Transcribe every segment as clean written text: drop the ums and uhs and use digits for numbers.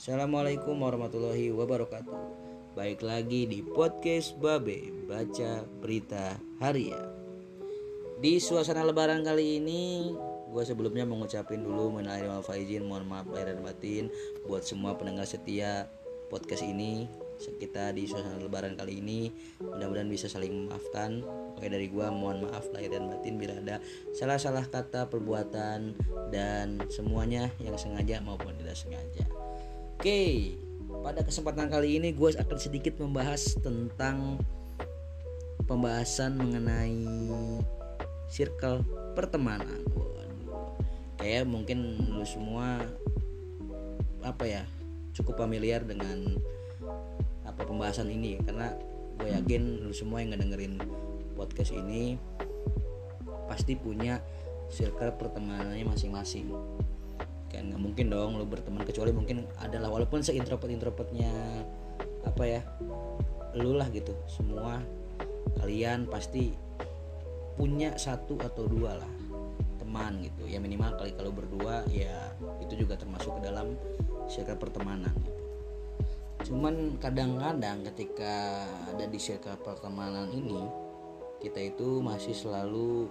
Assalamualaikum warahmatullahi wabarakatuh. Baik lagi di podcast Babe Baca Berita Harian. Di suasana lebaran kali ini, gue sebelumnya mengucapin dulu minal aidin wal faizin, mohon maaf lahir dan batin buat semua pendengar setia podcast ini. Kita di suasana lebaran kali ini mudah-mudahan bisa saling memaafkan. Oke, dari gue mohon maaf lahir dan batin bila ada salah-salah kata, perbuatan, dan semuanya yang sengaja maupun tidak sengaja. Oke, pada kesempatan kali ini gue akan sedikit membahas tentang pembahasan mengenai circle pertemanan. Kayak mungkin lu semua cukup familiar dengan pembahasan ini, karena gue yakin lu semua yang ngedengerin podcast ini pasti punya circle pertemanannya masing-masing. Kan nggak mungkin dong lu berteman kecuali mungkin adalah walaupun seintrovert-introvertnya lu lah gitu. Semua kalian pasti punya satu atau dua lah teman gitu ya, minimal kali kalau berdua ya itu juga termasuk ke dalam circle pertemanan gitu. Cuman kadang-kadang ketika ada di circle pertemanan ini, kita itu masih selalu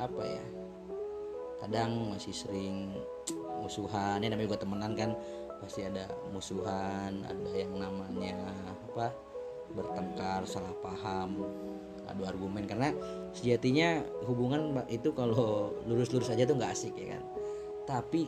kadang masih sering musuhan. Ya namanya gue temenan kan pasti ada musuhan, ada yang namanya bertengkar, salah paham, adu argumen. Karena sejatinya hubungan itu kalau lurus-lurus aja tuh nggak asik ya kan. Tapi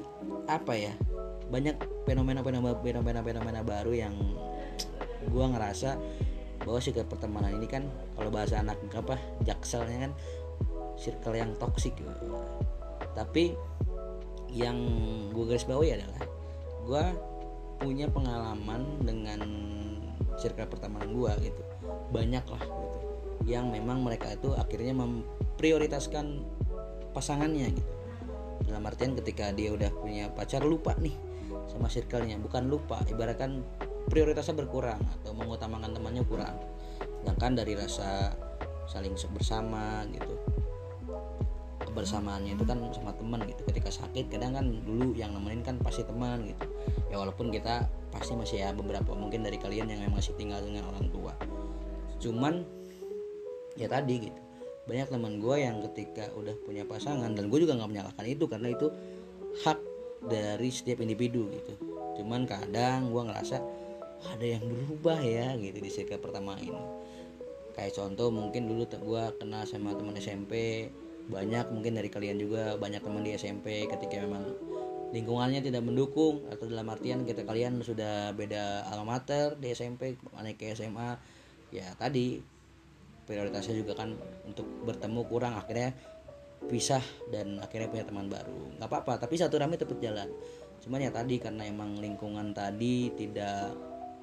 banyak fenomena baru yang gue ngerasa bahwa circle pertemanan ini kan kalau bahasa anak jakselnya kan circle yang toksik gitu. Tapi yang gue garis bawahi adalah gue punya pengalaman dengan circle pertemanan gue gitu, banyak lah gitu, yang memang mereka itu akhirnya memprioritaskan pasangannya gitu. Dalam artian ketika dia udah punya pacar lupa nih sama circle-nya, bukan lupa, ibaratkan prioritasnya berkurang atau mengutamakan temannya kurang. Sedangkan dari rasa saling bersama gitu, kebersamaannya itu kan sama teman gitu. Ketika sakit kadang kan dulu yang nemenin kan pasti teman gitu. Ya walaupun kita pasti masih beberapa mungkin dari kalian yang masih tinggal dengan orang tua. Cuman ya tadi gitu, banyak teman gue yang ketika udah punya pasangan, dan gue juga nggak menyalahkan itu karena itu hak dari setiap individu gitu. Cuman kadang gue ngerasa ada yang berubah ya gitu di circle pertama ini. Kayak contoh mungkin dulu gue kenal sama teman SMP, banyak mungkin dari kalian juga banyak teman di SMP ketika memang lingkungannya tidak mendukung, atau dalam artian kalian sudah beda alma mater di SMP naik ke SMA, ya tadi prioritasnya juga kan untuk bertemu kurang, akhirnya pisah dan akhirnya punya teman baru. Nggak apa-apa, tapi satu rame tetap jalan. Cuman ya tadi karena emang lingkungan tadi tidak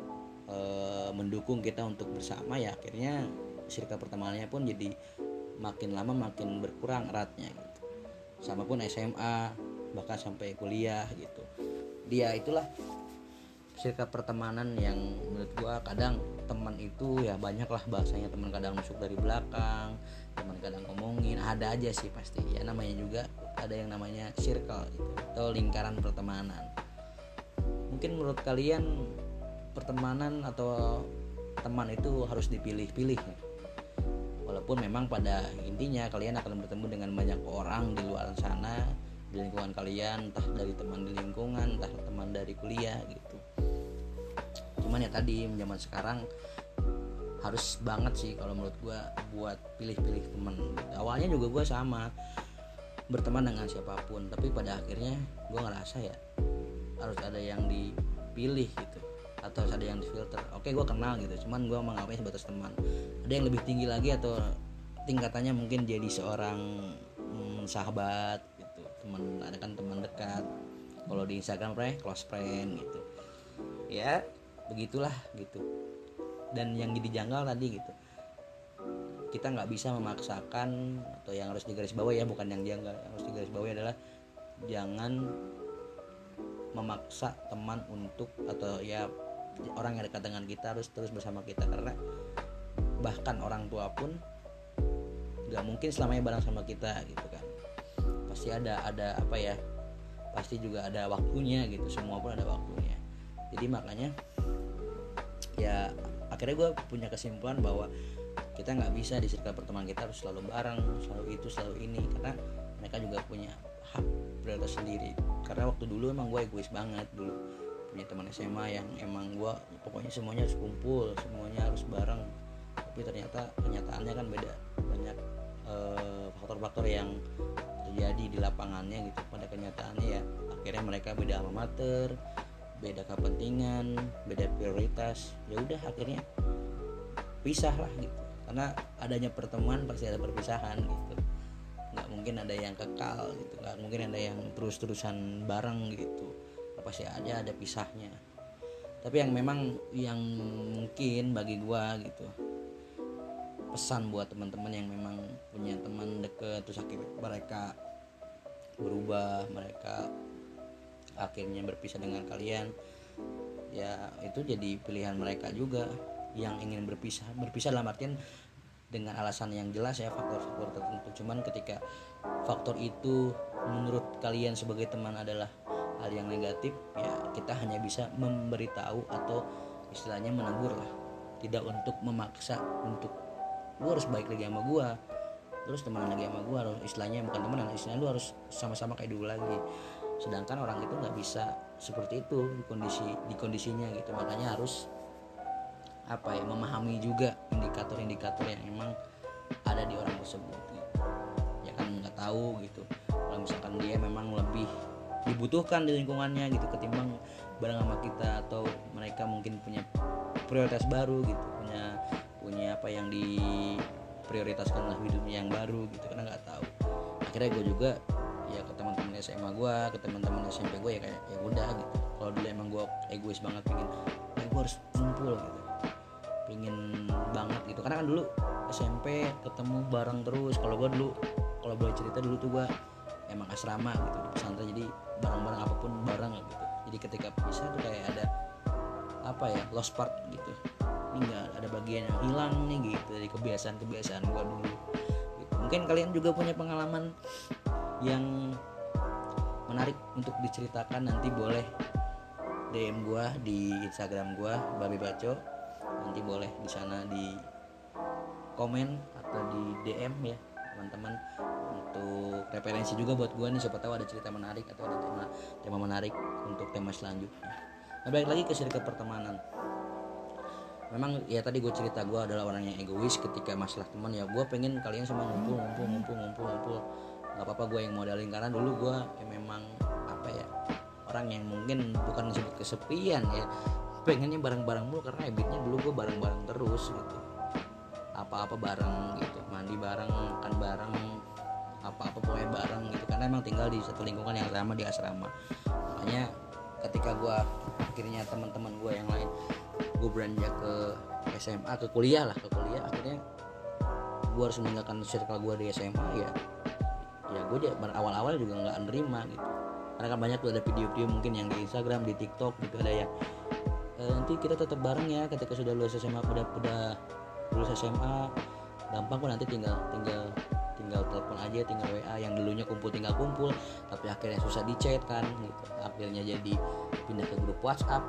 mendukung kita untuk bersama, ya akhirnya circle pertemanannya pun jadi makin lama makin berkurang eratnya gitu. Sama pun SMA bahkan sampai kuliah gitu. Dia itulah circle pertemanan yang menurut gua kadang teman itu ya banyak lah bahasanya. Teman kadang masuk dari belakang, teman kadang ngomongin, ada aja sih pasti. Ya namanya juga ada yang namanya circle gitu, atau lingkaran pertemanan. Mungkin menurut kalian pertemanan atau teman itu harus dipilih-pilih ya? Walaupun memang pada intinya kalian akan bertemu dengan banyak orang di luar sana, di lingkungan kalian, entah dari teman di lingkungan, entah teman dari kuliah gitu. Cuman ya tadi zaman sekarang harus banget sih kalau menurut gue buat pilih-pilih teman. Awalnya juga gue sama berteman dengan siapapun, tapi pada akhirnya gue ngerasa ya harus ada yang dipilih gitu, atau ada yang difilter. Oke, gue kenal gitu, cuman gue menganggapnya sebatas teman. Ada yang lebih tinggi lagi atau tingkatannya mungkin jadi seorang sahabat gitu, teman. Ada kan teman dekat, kalau di Instagram close friend gitu ya, begitulah gitu. Dan yang jadi janggal tadi gitu, kita nggak bisa memaksakan, atau yang harus digarisbawahi ya, bukan yang janggal, yang harus digarisbawahi adalah jangan memaksa teman untuk, atau ya orang yang dekat dengan kita harus terus bersama kita, karena bahkan orang tua pun nggak mungkin selamanya bareng sama kita gitu kan. Pasti ada pasti juga ada waktunya gitu, semua pun ada waktunya. Jadi makanya ya akhirnya gue punya kesimpulan bahwa kita nggak bisa di circle pertemanan kita harus selalu bareng, selalu itu, selalu ini, karena mereka juga punya hak prioritas sendiri. Karena waktu dulu emang gue egois banget dulu, punya teman SMA yang emang gue pokoknya semuanya harus kumpul, semuanya harus bareng. Tapi ternyata kenyataannya kan beda, banyak faktor-faktor yang terjadi di lapangannya gitu. Pada kenyataannya ya akhirnya mereka beda alma mater, beda kepentingan, beda prioritas. Ya udah akhirnya pisah lah gitu. Karena adanya pertemuan pasti ada perpisahan gitu. Nggak mungkin ada yang kekal gitu, nggak mungkin ada yang terus-terusan bareng gitu. Pasti ada pisahnya. Tapi yang memang yang mungkin bagi gua gitu, pesan buat teman-teman yang memang punya teman deket terus akhirnya mereka berubah, mereka akhirnya berpisah dengan kalian, ya itu jadi pilihan mereka juga yang ingin berpisah dalam artian dengan alasan yang jelas ya, faktor-faktor tertentu. Cuman ketika faktor itu menurut kalian sebagai teman adalah hal yang negatif, ya kita hanya bisa memberitahu atau istilahnya menegur lah, tidak untuk memaksa untuk lu harus baik lagi sama gua, terus teman lagi sama gua, harus istilahnya bukan teman, istilahnya lu harus sama-sama kayak dulu lagi. Sedangkan orang itu nggak bisa seperti itu di kondisinya gitu. Makanya harus memahami juga indikator-indikator yang emang ada di orang tersebut gitu. Ya kan nggak tahu gitu, kalau misalkan dia memang lebih dibutuhkan di lingkungannya gitu ketimbang bareng sama kita, atau mereka mungkin punya prioritas baru gitu, punya apa yang diprioritaskan lah hidupnya yang baru gitu, karena nggak tahu. Akhirnya gue juga ya ke teman-teman SMA gue, ke teman-teman SMP gue ya kayak ya udah gitu. Kalau dulu emang gue egois banget, pengen gue harus kumpul gitu, pingin banget gitu, karena kan dulu SMP ketemu bareng terus. Kalau gue dulu, kalau boleh cerita, dulu tuh gue emang asrama gitu di pesantren, jadi bareng-bareng apapun bareng gitu. Jadi ketika pisah tuh kayak ada lost part gitu, ini nggak ada bagian yang hilang nih gitu dari kebiasaan gue dulu gitu. Mungkin kalian juga punya pengalaman yang menarik untuk diceritakan, nanti boleh DM gue di Instagram gue Babe Baco, nanti boleh di sana di komen atau di DM ya teman-teman, untuk referensi juga buat gue nih, siapa tahu ada cerita menarik atau ada tema menarik untuk tema selanjutnya. Nah, balik lagi ke circle pertemanan. Memang ya tadi gue cerita, gue adalah orang yang egois ketika masalah teman. Ya gue pengen kalian semua ngumpul. Gak apa-apa gue yang modalin, karena dulu gue ya memang orang yang mungkin bukan disebut kesepian ya, pengennya bareng-bareng mulu, karena habitnya dulu gue bareng-bareng terus gitu, apa-apa bareng gitu, mandi bareng, makan bareng, apa-apa pokoknya bareng gitu, karena emang tinggal di satu lingkungan yang sama di asrama. Makanya ketika gue akhirnya teman-teman gue yang lain, gue beranjak ke SMA, ke kuliah, akhirnya gue harus meninggalkan circle gue di SMA. Ya gue awal-awal juga nggak nerima gitu, karena kan banyak tuh ada video-video mungkin yang di Instagram, di TikTok gitu, ada yang nanti kita tetap bareng ya ketika sudah lulus SMA, udah lulus SMA, gampang kok, nanti tinggal telepon aja, tinggal WA, yang dulunya tinggal kumpul tapi akhirnya susah di chat kan gitu, akhirnya jadi pindah ke grup WhatsApp,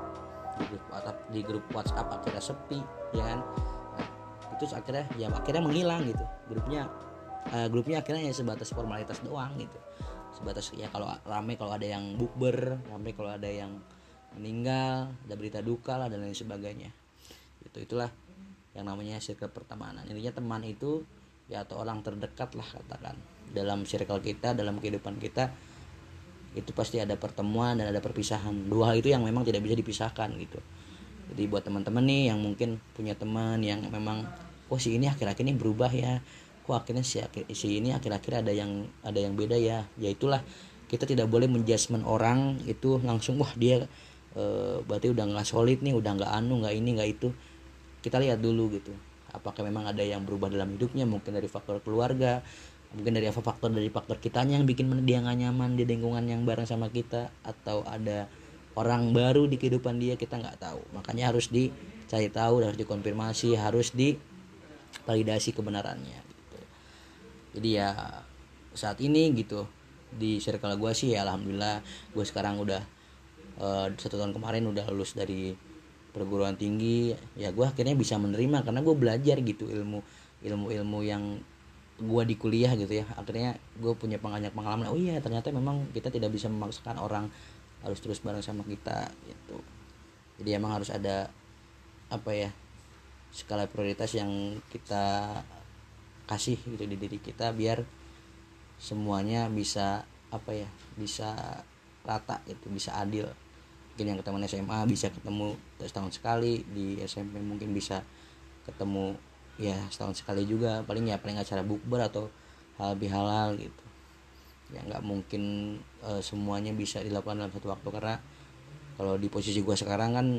di grup WhatsApp akhirnya sepi ya kan. Nah, itu akhirnya menghilang gitu grupnya akhirnya ya sebatas formalitas doang gitu, sebatas ya kalau rame, kalau ada yang bukber rame, kalau ada yang meninggal, ada berita duka lah dan lain sebagainya. Itulah yang namanya circle pertemanan. Intinya teman itu ya, atau orang terdekat lah katakan, dalam circle kita, dalam kehidupan kita itu pasti ada pertemuan dan ada perpisahan. Dua hal itu yang memang tidak bisa dipisahkan gitu. Jadi buat teman-teman nih yang mungkin punya teman yang memang si ini akhir-akhir ini berubah ya, akhirnya si ini akhir-akhir ada yang beda ya. Ya itulah, kita tidak boleh menjudgment orang itu langsung wah dia berarti udah nggak solid nih, udah nggak ini nggak itu. Kita lihat dulu gitu, apakah memang ada yang berubah dalam hidupnya, mungkin dari faktor keluarga, mungkin dari faktor kitanya yang bikin dia nggak nyaman di lingkungan yang bareng sama kita, atau ada orang baru di kehidupan dia, kita nggak tahu. Makanya harus dicari tahu, harus dikonfirmasi, harus divalidasi kebenarannya gitu. Jadi ya saat ini gitu di circle gue sih ya alhamdulillah, gue sekarang udah 1 tahun kemarin udah lulus dari perguruan tinggi, ya gue akhirnya bisa menerima karena gue belajar gitu ilmu yang gue di kuliah gitu ya. Akhirnya gue punya banyak pengalaman, oh iya ternyata memang kita tidak bisa memaksakan orang harus terus bareng sama kita gitu. Jadi emang harus ada apa ya, skala prioritas yang kita kasih gitu di diri kita biar semuanya bisa apa ya, bisa rata gitu, bisa adil. Mungkin yang teman SMA bisa ketemu setahun sekali, di SMP mungkin bisa ketemu ya setahun sekali juga, paling acara bukber atau hal bihalal gitu ya. Nggak mungkin semuanya bisa dilakukan dalam satu waktu, karena kalau di posisi gue sekarang kan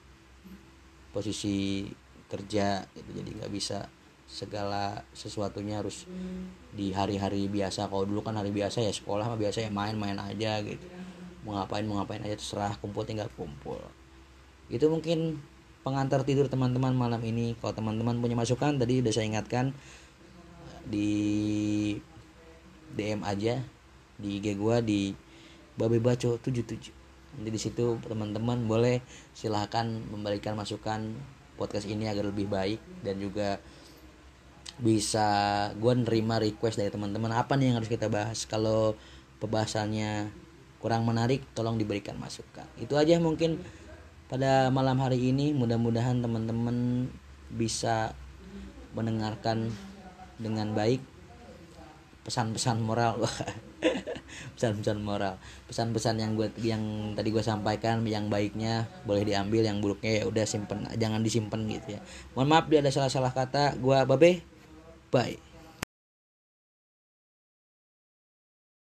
posisi kerja gitu, jadi nggak bisa segala sesuatunya harus di hari-hari biasa. Kalau dulu kan hari biasa ya sekolah mah biasa ya main-main aja gitu, mau ngapain aja terserah, kumpul tinggal kumpul. Itu mungkin pengantar tidur teman-teman malam ini. Kalau teman-teman punya masukan tadi udah saya ingatkan, di DM aja di IG gua di babebaco77. Nanti di situ teman-teman boleh silahkan memberikan masukan podcast ini agar lebih baik, dan juga bisa gua nerima request dari teman-teman apa nih yang harus kita bahas. Kalau pembahasannya kurang menarik tolong diberikan masukan. Itu aja mungkin pada malam hari ini. Mudah-mudahan teman-teman bisa mendengarkan dengan baik pesan-pesan moral pesan-pesan moral, pesan-pesan yang tadi gue sampaikan. Yang baiknya boleh diambil, yang buruknya ya udah simpen, jangan disimpan gitu ya. Mohon maaf bila ada salah-salah kata. Gue Babe, bye.